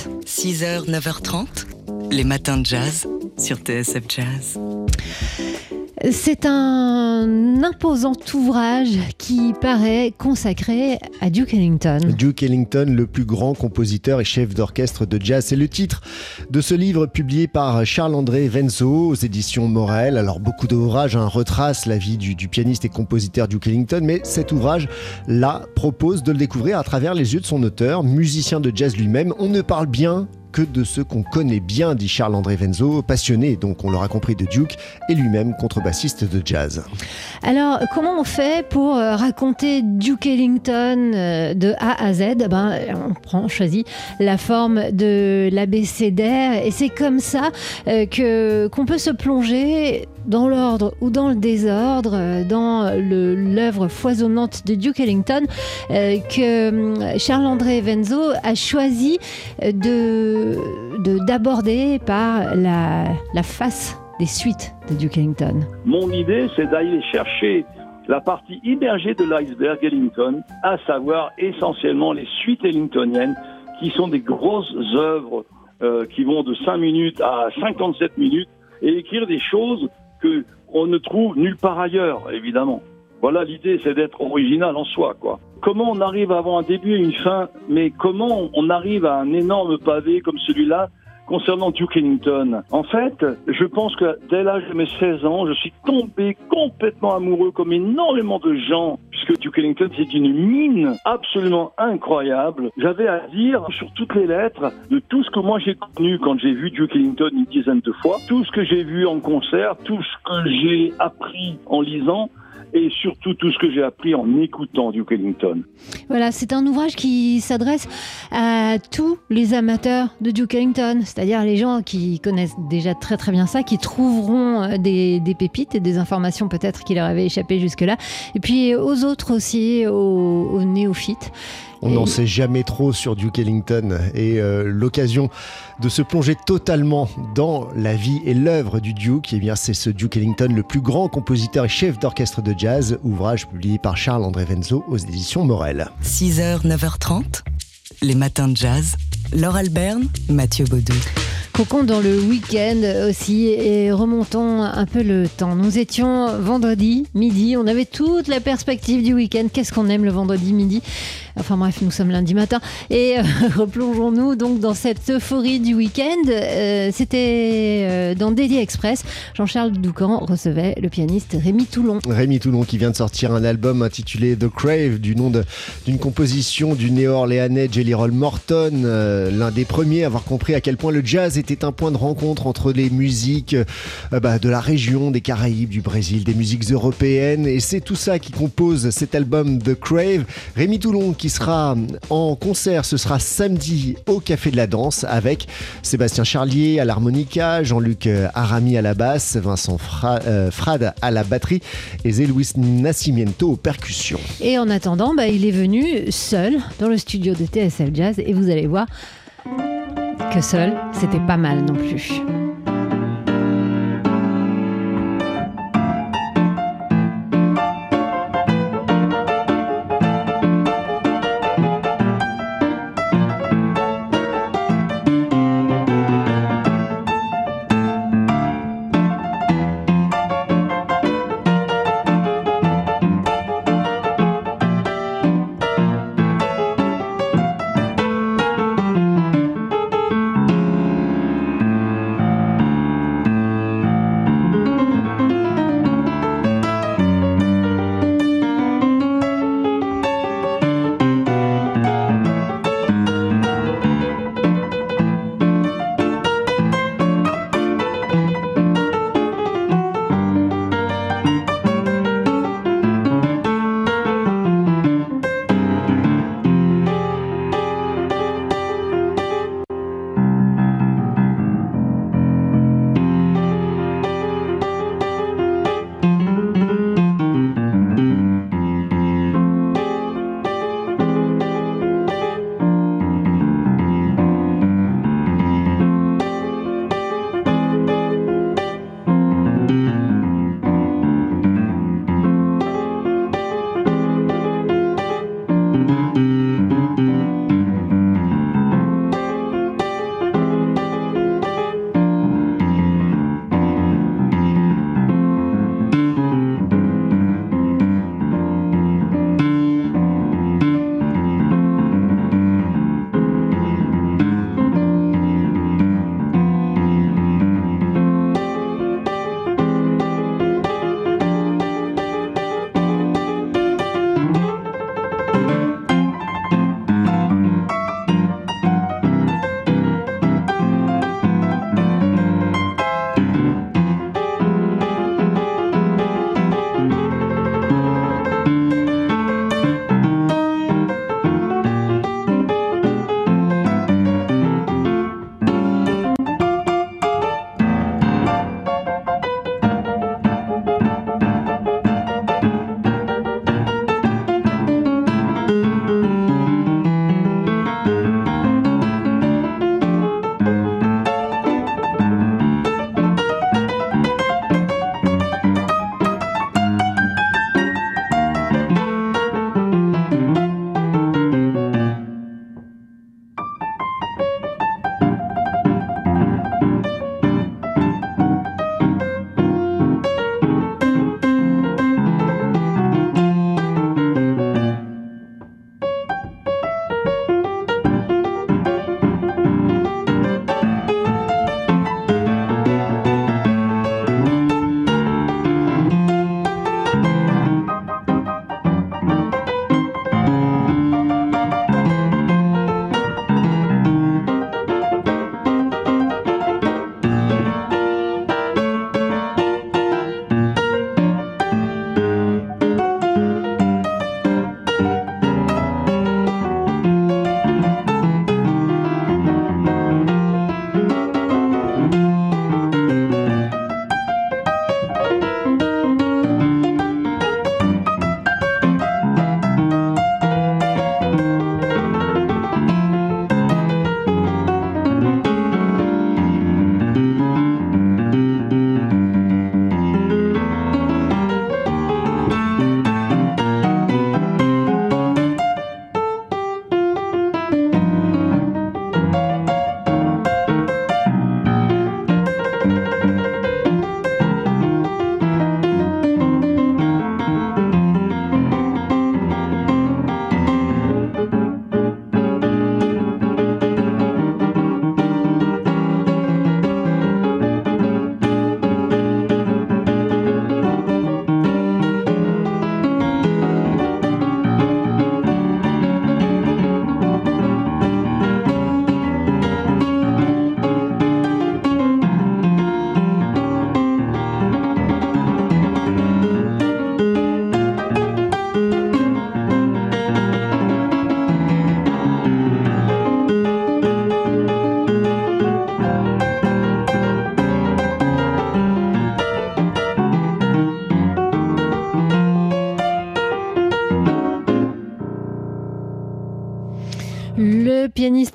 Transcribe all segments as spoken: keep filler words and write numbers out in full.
trente, six heures, neuf heures trente, les matins de jazz sur T S F Jazz. C'est un imposant ouvrage qui paraît consacré à Duke Ellington. Duke Ellington, le plus grand compositeur et chef d'orchestre de jazz. C'est le titre de ce livre publié par Charles-André Wenzo aux éditions Morel. Alors beaucoup d'ouvrages hein, retracent la vie du, du pianiste et compositeur Duke Ellington, mais cet ouvrage-là propose de le découvrir à travers les yeux de son auteur, musicien de jazz lui-même. On ne parle bien que de ceux qu'on connaît bien, dit Charles-André Wenzo, passionné, donc on l'aura compris, de Duke, et lui-même contrebassiste de jazz. Alors, comment on fait pour raconter Duke Ellington de A à Z ? Ben, on prend, on choisit la forme de l'abécédaire, et c'est comme ça que, qu'on peut se plonger dans l'ordre ou dans le désordre, dans le, l'œuvre foisonnante de Duke Ellington, que Charles-André Wenzo a choisi de De, d'aborder par la, la face des suites de Duke Ellington. Mon idée, c'est d'aller chercher la partie immergée de l'iceberg Ellington, à savoir essentiellement les suites ellingtoniennes, qui sont des grosses œuvres euh, qui vont de cinq minutes à cinquante-sept minutes, et écrire des choses qu'on ne trouve nulle part ailleurs, évidemment. Voilà, l'idée, c'est d'être original en soi, quoi. Comment on arrive à avoir un début et une fin, mais comment on arrive à un énorme pavé comme celui-là concernant Duke Ellington? En fait, je pense que dès l'âge de mes seize ans, je suis tombé complètement amoureux, comme énormément de gens, puisque Duke Ellington, c'est une mine absolument incroyable. J'avais à dire sur toutes les lettres de tout ce que moi j'ai connu quand j'ai vu Duke Ellington une dizaine de fois, tout ce que j'ai vu en concert, tout ce que j'ai appris en lisant, et surtout tout ce que j'ai appris en écoutant Duke Ellington. Voilà, c'est un ouvrage qui s'adresse à tous les amateurs de Duke Ellington, c'est-à-dire les gens qui connaissent déjà très très bien ça, qui trouveront des, des pépites et des informations peut-être qui leur avaient échappé jusque-là, et puis aux autres aussi, aux, aux néophytes. On n'en sait jamais trop sur Duke Ellington et euh, l'occasion de se plonger totalement dans la vie et l'œuvre du Duke, eh bien c'est ce Duke Ellington, le plus grand compositeur et chef d'orchestre de jazz, ouvrage publié par Charles-André Wenzo aux éditions Morel. six heures, neuf heures trente, les matins de jazz. Laure Alberne, Mathieu Baudou. Cocon dans le week-end aussi, et remontons un peu le temps. Nous étions vendredi midi, on avait toute la perspective du week-end. Qu'est-ce qu'on aime le vendredi midi ? Enfin bref, nous sommes lundi matin et euh, replongeons-nous donc dans cette euphorie du week-end. Euh, c'était euh, dans Daily Express. Jean-Charles Doucan recevait le pianiste Rémi Toulon. Rémi Toulon qui vient de sortir un album intitulé The Crave, du nom de, d'une composition du néo-orléanais Jelly Roll Morton, euh, l'un des premiers à avoir compris à quel point le jazz était un point de rencontre entre les musiques euh, bah, de la région, des Caraïbes, du Brésil, des musiques européennes, et c'est tout ça qui compose cet album The Crave. Rémi Toulon qui sera en concert, ce sera samedi au Café de la Danse avec Sébastien Charlier à l'harmonica, Jean-Luc Arami à la basse, Vincent Fra- euh, Frade à la batterie et Zé Luis Nascimento aux percussions. Et en attendant, bah, il est venu seul dans le studio de T S F Jazz, et vous allez voir que seul, c'était pas mal non plus.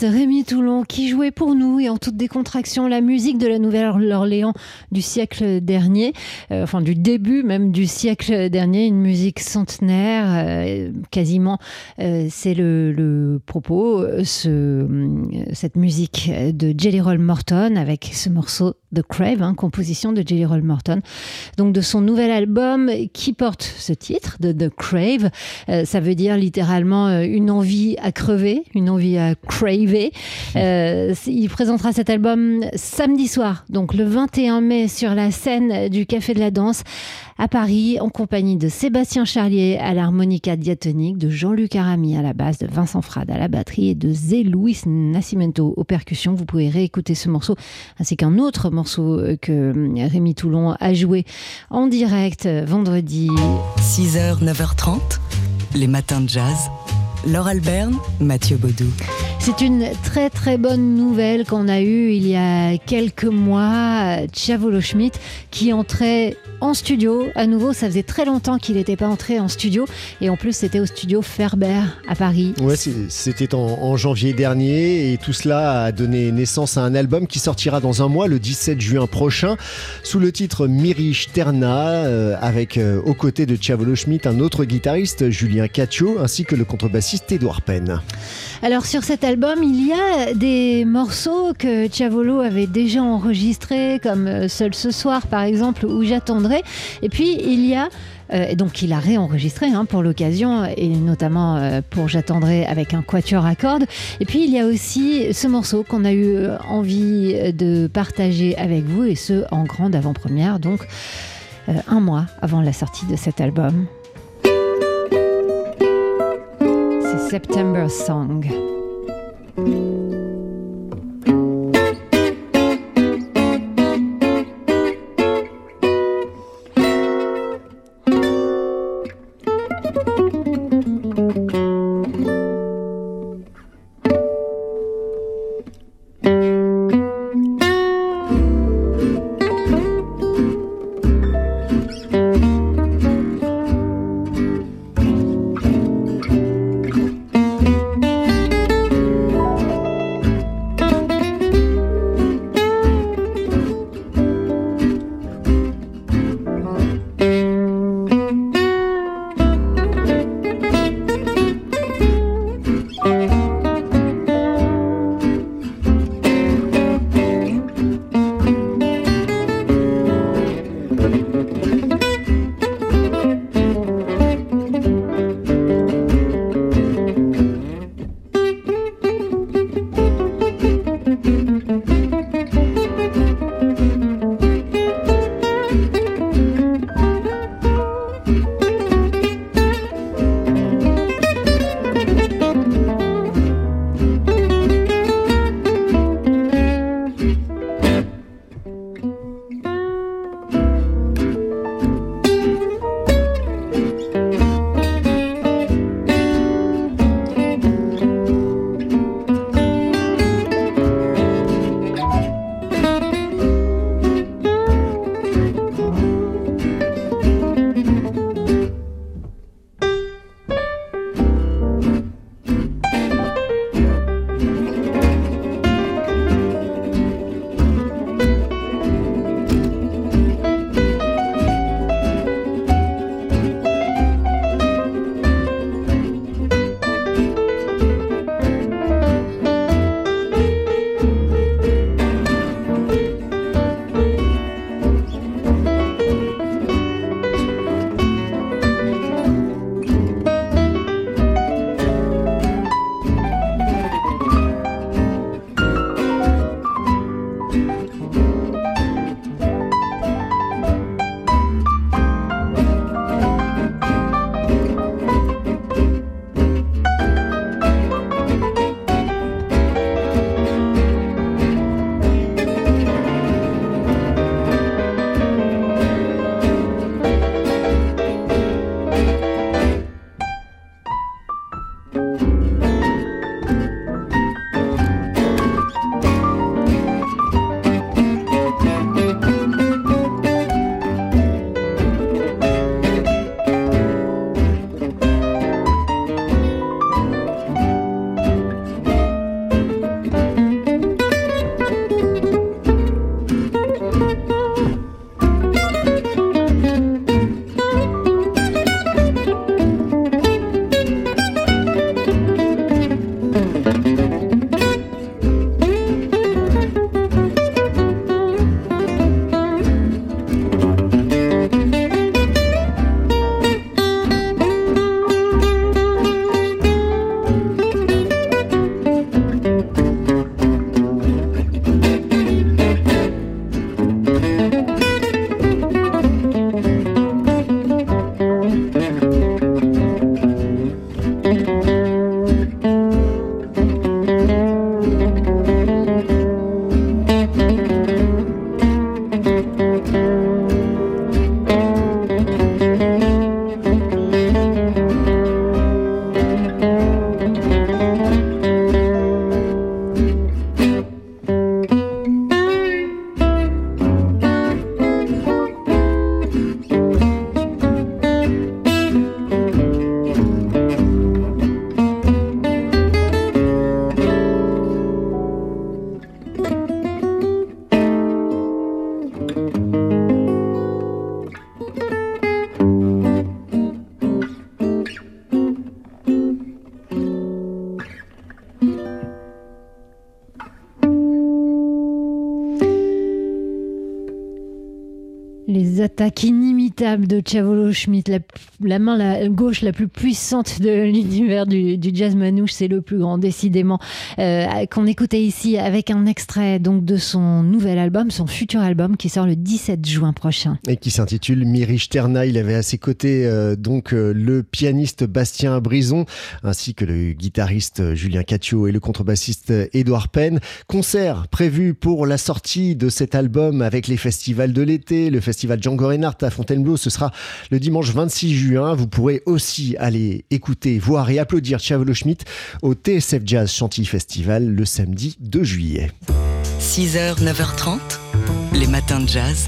pianiste Rémi Toulon qui jouait pour nous et en toute décontraction la musique de la Nouvelle-Orléans du siècle dernier, euh, enfin du début même du siècle dernier, une musique centenaire, euh, quasiment, euh, c'est le, le propos, ce, cette musique de Jelly Roll Morton avec ce morceau The Crave, hein, composition de Jelly Roll Morton, donc de son nouvel album qui porte ce titre de The Crave. Euh, ça veut dire littéralement euh, une envie à crever, une envie à craver. Euh, il présentera cet album samedi soir, donc le vingt et un mai, sur la scène du Café de la Danse à Paris, en compagnie de Sébastien Charlier à l'harmonica diatonique, de Jean-Luc Arami à la basse, de Vincent Frade à la batterie et de Zé Luis Nascimento aux percussions. Vous pouvez réécouter ce morceau ainsi qu'un autre morceau que Rémi Toulon a joué en direct vendredi. six heures, neuf heures trente, les matins de jazz. Laure Alberne, Mathieu Baudou. C'est une très très bonne nouvelle qu'on a eue il y a quelques mois. Tchavolo Schmitt qui entrait en studio à nouveau. Ça faisait très longtemps qu'il n'était pas entré en studio. Et en plus, c'était au studio Ferber à Paris. Ouais, c'était en, en janvier dernier. Et tout cela a donné naissance à un album qui sortira dans un mois, le dix-sept juin prochain, sous le titre Mirish Terna, euh, avec euh, aux côtés de Tchavolo Schmitt un autre guitariste, Julien Caccio, ainsi que le contrebassiste Édouard Penn. Alors sur cet album, il y a des morceaux que Tchavolo avait déjà enregistrés, comme Seul ce soir par exemple, ou J'attendrai. Et puis il y a, euh, donc il a réenregistré hein, pour l'occasion, et notamment euh, pour J'attendrai avec un quatuor à cordes. Et puis il y a aussi ce morceau qu'on a eu envie de partager avec vous, et ce en grande avant-première, donc euh, un mois avant la sortie de cet album. September Song. Les attaques inimitables de Tchavolo Schmitt, la, la main la gauche la plus puissante de l'univers du, du jazz manouche, c'est le plus grand, décidément, euh, qu'on écoutait ici avec un extrait donc de son nouvel album, son futur album qui sort le dix-sept juin prochain. Et qui s'intitule Mirish Terna. Il avait à ses côtés euh, donc euh, le pianiste Bastien Brison, ainsi que le guitariste Julien Catio et le contrebassiste Édouard Penn. Concert prévu pour la sortie de cet album avec les festivals de l'été, le festival Django Reinhardt à Fontainebleau, ce sera le dimanche vingt-six juin. Vous pourrez aussi aller écouter, voir et applaudir Tchavolo Schmitt au T S F Jazz Chantilly Festival le samedi deux juillet. six heures, neuf heures trente, les matins de jazz.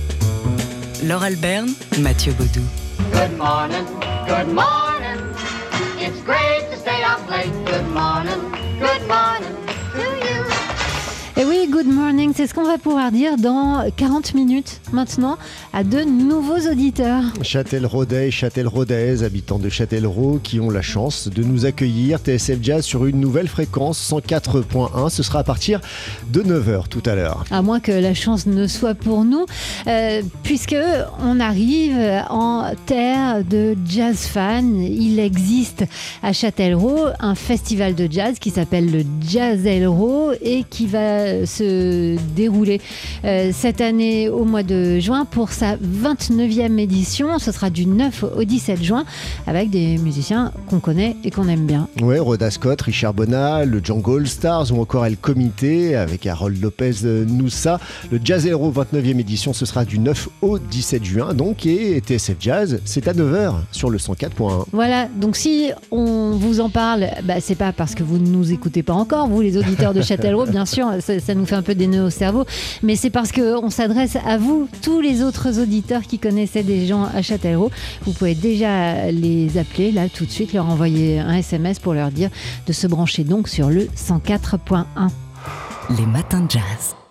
Laure Alberne, Mathieu Baudou. Good morning, good morning. It's great to stay up late. Good morning, good morning to you. Et oui, good morning, c'est ce qu'on va pouvoir dire dans quarante minutes maintenant à de nouveaux auditeurs. Châtelleraudais et Châtelleraudaises, habitants de Châtellerault, qui ont la chance de nous accueillir T S F Jazz sur une nouvelle fréquence cent quatre point un. Ce sera à partir de neuf heures tout à l'heure. À moins que la chance ne soit pour nous, euh, puisque on arrive en terre de jazz fans. Il existe à Châtellerault un festival de jazz qui s'appelle le Jazellerault et qui va se dérouler euh, cette année au mois de juin pour sa vingt-neuvième édition. Ce sera du neuf au dix-sept juin avec des musiciens qu'on connaît et qu'on aime bien. Ouais, Rhoda Scott, Richard Bonnat, le Django All Stars ou encore El Comité avec Harold Lopez Noussa. Le Jazellerault vingt-neuvième édition, ce sera du neuf au dix-sept juin donc, et T S F Jazz, c'est à neuf heures sur le cent quatre point un. Voilà, donc si on vous en parle, bah, c'est pas parce que vous ne nous écoutez pas encore, vous les auditeurs de Châtellerault, bien sûr, ça, ça nous fait un peu des nœuds au cerveau, mais c'est parce qu'on s'adresse à vous, tous les autres auditeurs qui connaissaient des gens à Châtellerault. Vous pouvez déjà les appeler là tout de suite, leur envoyer un S M S pour leur dire de se brancher donc sur le cent quatre point un. Les matins de jazz.